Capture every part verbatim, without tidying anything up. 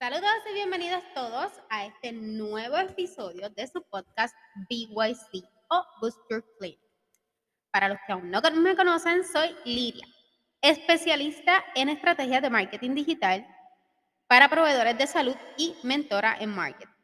Saludos y bienvenidos todos a este nuevo episodio de su podcast B Y C o Boost Your Clinic. Para los que aún no me conocen, soy Lidia, especialista en estrategias de marketing digital para proveedores de salud y mentora en marketing.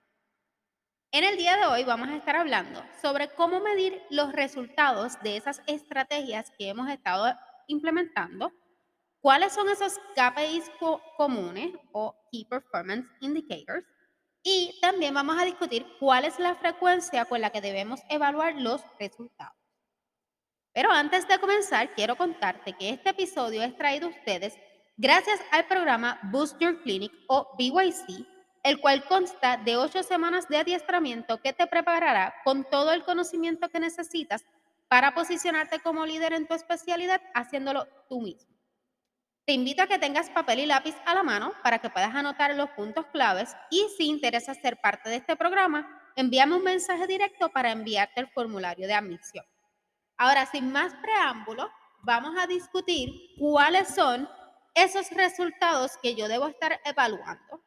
En el día de hoy vamos a estar hablando sobre cómo medir los resultados de esas estrategias que hemos estado implementando. ¿Cuáles son esos K P Is co- comunes o Key Performance Indicators? Y también vamos a discutir cuál es la frecuencia con la que debemos evaluar los resultados. Pero antes de comenzar, quiero contarte que este episodio es traído a ustedes gracias al programa Boost Your Clinic o B Y C, el cual consta de ocho semanas de adiestramiento que te preparará con todo el conocimiento que necesitas para posicionarte como líder en tu especialidad haciéndolo tú mismo. Te invito a que tengas papel y lápiz a la mano para que puedas anotar los puntos claves y si interesa ser parte de este programa, envíame un mensaje directo para enviarte el formulario de admisión. Ahora, sin más preámbulo, vamos a discutir cuáles son esos resultados que yo debo estar evaluando.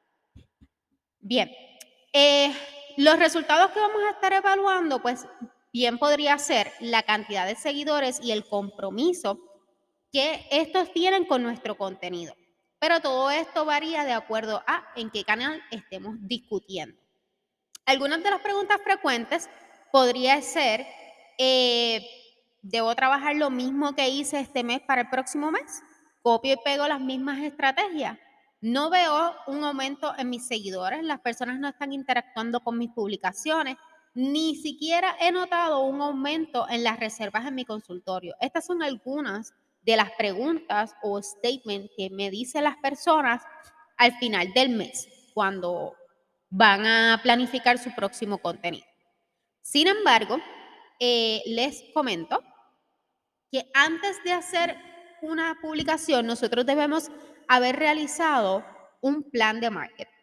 Bien, eh, los resultados que vamos a estar evaluando, pues bien podría ser la cantidad de seguidores y el compromiso que estos tienen con nuestro contenido. Pero todo esto varía de acuerdo a en qué canal estemos discutiendo. Algunas de las preguntas frecuentes podría ser, eh, ¿debo trabajar lo mismo que hice este mes para el próximo mes? ¿Copio y pego las mismas estrategias? No veo un aumento en mis seguidores, las personas no están interactuando con mis publicaciones, ni siquiera he notado un aumento en las reservas en mi consultorio. Estas son algunas de las preguntas o statements que me dicen las personas al final del mes, cuando van a planificar su próximo contenido. Sin embargo, eh, les comento que antes de hacer una publicación, nosotros debemos haber realizado un plan de marketing.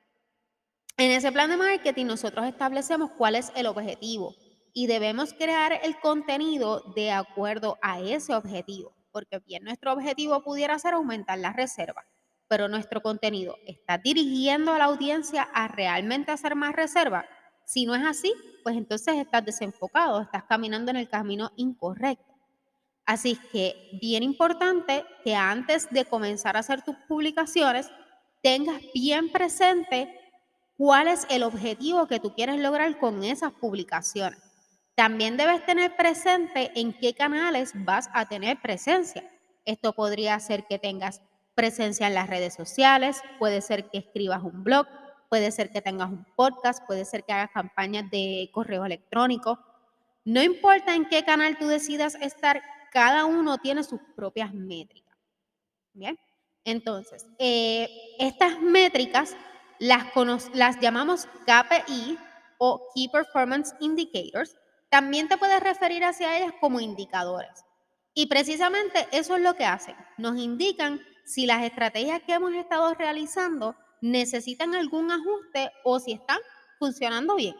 En ese plan de marketing nosotros establecemos cuál es el objetivo y debemos crear el contenido de acuerdo a ese objetivo, porque bien nuestro objetivo pudiera ser aumentar la reserva, pero nuestro contenido está dirigiendo a la audiencia a realmente hacer más reserva. Si no es así, pues entonces estás desenfocado, estás caminando en el camino incorrecto. Así que bien importante que antes de comenzar a hacer tus publicaciones tengas bien presente cuál es el objetivo que tú quieres lograr con esas publicaciones. También debes tener presente en qué canales vas a tener presencia. Esto podría ser que tengas presencia en las redes sociales, puede ser que escribas un blog, puede ser que tengas un podcast, puede ser que hagas campañas de correo electrónico. No importa en qué canal tú decidas estar, cada uno tiene sus propias métricas. Bien, entonces, eh, estas métricas las, las llamamos K P I o Key Performance Indicators. También te puedes referir hacia ellas como indicadores. Y precisamente eso es lo que hacen. Nos indican si las estrategias que hemos estado realizando necesitan algún ajuste o si están funcionando bien.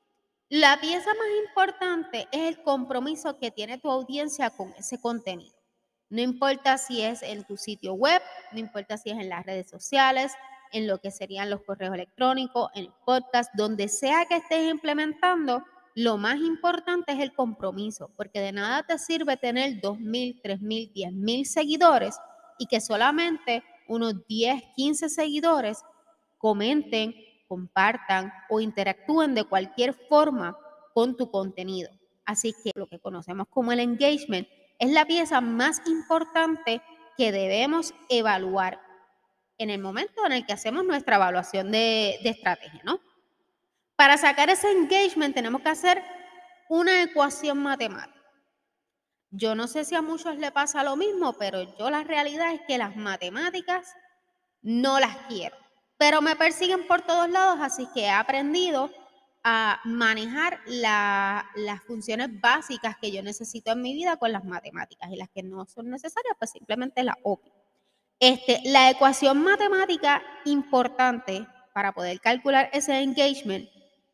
La pieza más importante es el compromiso que tiene tu audiencia con ese contenido. No importa si es en tu sitio web, no importa si es en las redes sociales, en lo que serían los correos electrónicos, en el podcast, donde sea que estés implementando, lo más importante es el compromiso, porque de nada te sirve tener dos mil, tres mil, diez mil seguidores y que solamente unos diez, quince seguidores comenten, compartan o interactúen de cualquier forma con tu contenido. Así que lo que conocemos como el engagement es la pieza más importante que debemos evaluar en el momento en el que hacemos nuestra evaluación de, de estrategia, ¿no? Para sacar ese engagement tenemos que hacer una ecuación matemática. Yo no sé si a muchos le pasa lo mismo, pero yo la realidad es que las matemáticas no las quiero, pero me persiguen por todos lados, así que he aprendido a manejar la, las funciones básicas que yo necesito en mi vida con las matemáticas y las que no son necesarias, pues simplemente las obvio. Este, la ecuación matemática importante para poder calcular ese engagement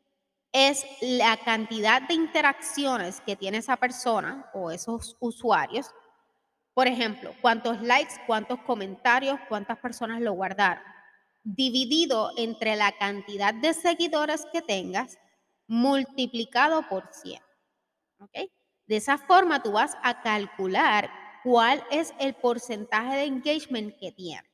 es la cantidad de interacciones que tiene esa persona o esos usuarios. Por ejemplo, cuántos likes, cuántos comentarios, cuántas personas lo guardaron. dividido entre la cantidad de seguidores que tengas multiplicado por cien. ¿Ok? De esa forma tú vas a calcular cuál es el porcentaje de engagement que tiene.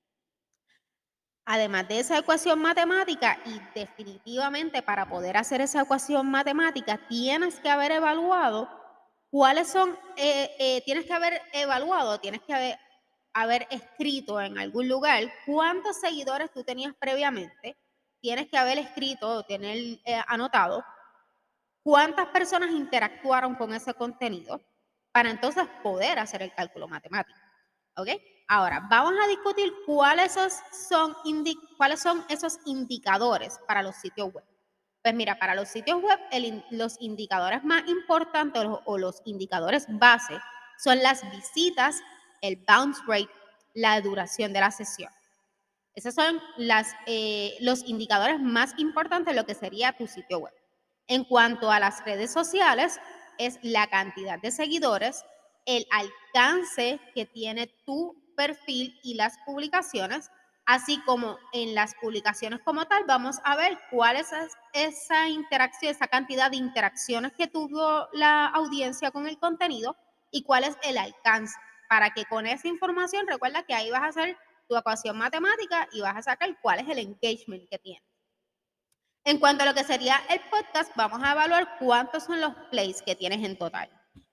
Además de esa ecuación matemática, y definitivamente para poder hacer esa ecuación matemática tienes que haber evaluado cuáles son, eh, eh, tienes que haber evaluado, tienes que haber, haber escrito en algún lugar cuántos seguidores tú tenías previamente, tienes que haber escrito o tener eh, anotado cuántas personas interactuaron con ese contenido para entonces poder hacer el cálculo matemático. ¿Ok? Ahora, vamos a discutir cuáles son, cuáles son esos indicadores para los sitios web. Pues mira, para los sitios web, el, los indicadores más importantes o, o los indicadores base son las visitas, el bounce rate, la duración de la sesión. Esos son las, eh, los indicadores más importantes de lo que sería tu sitio web. En cuanto a las redes sociales, es la cantidad de seguidores, el alcance que tiene tu perfil y las publicaciones, así como en las publicaciones como tal, vamos a ver cuál es esa interacción, esa cantidad de interacciones que tuvo la audiencia con el contenido y cuál es el alcance, para que con esa información, recuerda que ahí vas a hacer tu ecuación matemática y vas a sacar cuál es el engagement que tiene. En cuanto a lo que sería el podcast, vamos a evaluar cuántos son los plays que tienes en total.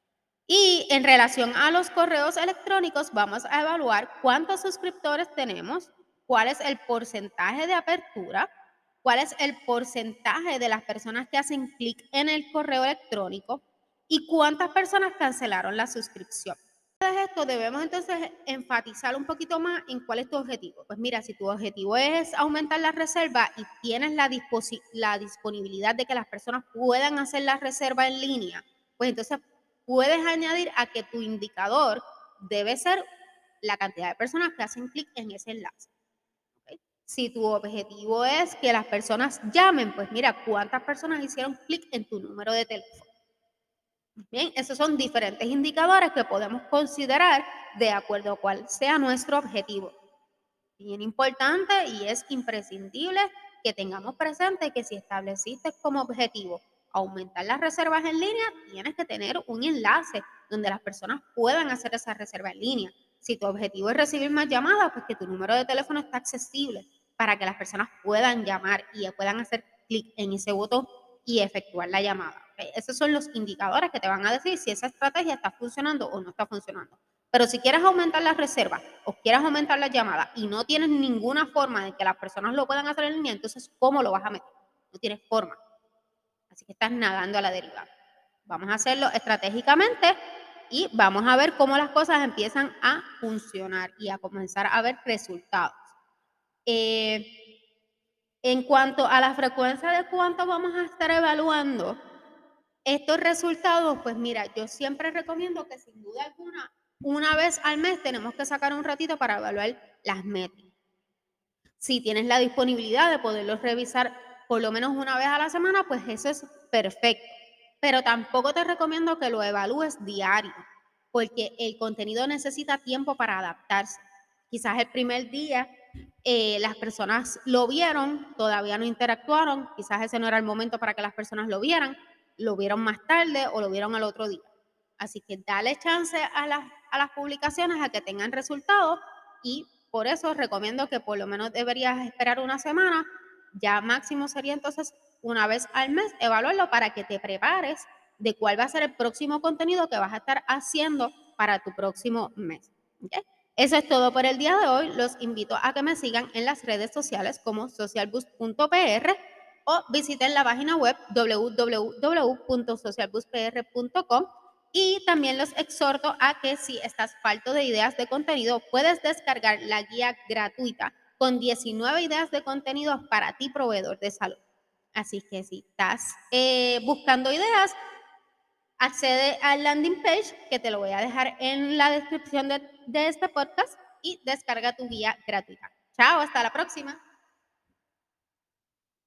Y en relación a los correos electrónicos, vamos a evaluar cuántos suscriptores tenemos, cuál es el porcentaje de apertura, cuál es el porcentaje de las personas que hacen clic en el correo electrónico y cuántas personas cancelaron la suscripción. De esto debemos entonces enfatizar un poquito más en cuál es tu objetivo. Pues mira, si tu objetivo es aumentar la reserva y tienes la, la disponibilidad de que las personas puedan hacer la reserva en línea, pues entonces puedes añadir a que tu indicador debe ser la cantidad de personas que hacen clic en ese enlace. ¿Okay? Si tu objetivo es que las personas llamen, pues mira, cuántas personas hicieron clic en tu número de teléfono. Bien, esos son diferentes indicadores que podemos considerar de acuerdo a cuál sea nuestro objetivo. Bien importante y es imprescindible que tengamos presente que si estableciste como objetivo aumentar las reservas en línea, tienes que tener un enlace donde las personas puedan hacer esa reserva en línea. Si tu objetivo es recibir más llamadas, pues que tu número de teléfono está accesible para que las personas puedan llamar y puedan hacer clic en ese botón y efectuar la llamada. ¿Okay? Esos son los indicadores que te van a decir si esa estrategia está funcionando o no está funcionando. Pero si quieres aumentar las reservas o quieres aumentar las llamadas y no tienes ninguna forma de que las personas lo puedan hacer en línea, entonces, ¿cómo lo vas a meter? No tienes forma. Así que estás nadando a la deriva. Vamos a hacerlo estratégicamente y vamos a ver cómo las cosas empiezan a funcionar y a comenzar a ver resultados. Eh, en cuanto a la frecuencia de cuánto vamos a estar evaluando estos resultados, pues mira, yo siempre recomiendo que sin duda alguna, una vez al mes tenemos que sacar un ratito para evaluar las métricas. Si tienes la disponibilidad de poderlos revisar por lo menos una vez a la semana, pues eso es perfecto. Pero tampoco te recomiendo que lo evalúes diario, porque el contenido necesita tiempo para adaptarse. Quizás el primer día eh, las personas lo vieron, todavía no interactuaron, quizás ese no era el momento para que las personas lo vieran, lo vieron más tarde o lo vieron al otro día. Así que dale chance a las, a las publicaciones a que tengan resultados y por eso recomiendo que por lo menos deberías esperar una semana, ya máximo sería entonces una vez al mes evaluarlo para que te prepares de cuál va a ser el próximo contenido que vas a estar haciendo para tu próximo mes. ¿Okay? Eso es todo por el día de hoy. Los invito a que me sigan en las redes sociales como socialboost punto p r o visiten la página web w w w punto social boost p r punto com. Y también los exhorto a que si estás falto de ideas de contenido, puedes descargar la guía gratuita con diecinueve ideas de contenido para ti, proveedor de salud. Así que si estás eh, buscando ideas, accede al landing page que te lo voy a dejar en la descripción de, de este podcast y descarga tu guía gratuita. Chao, hasta la próxima.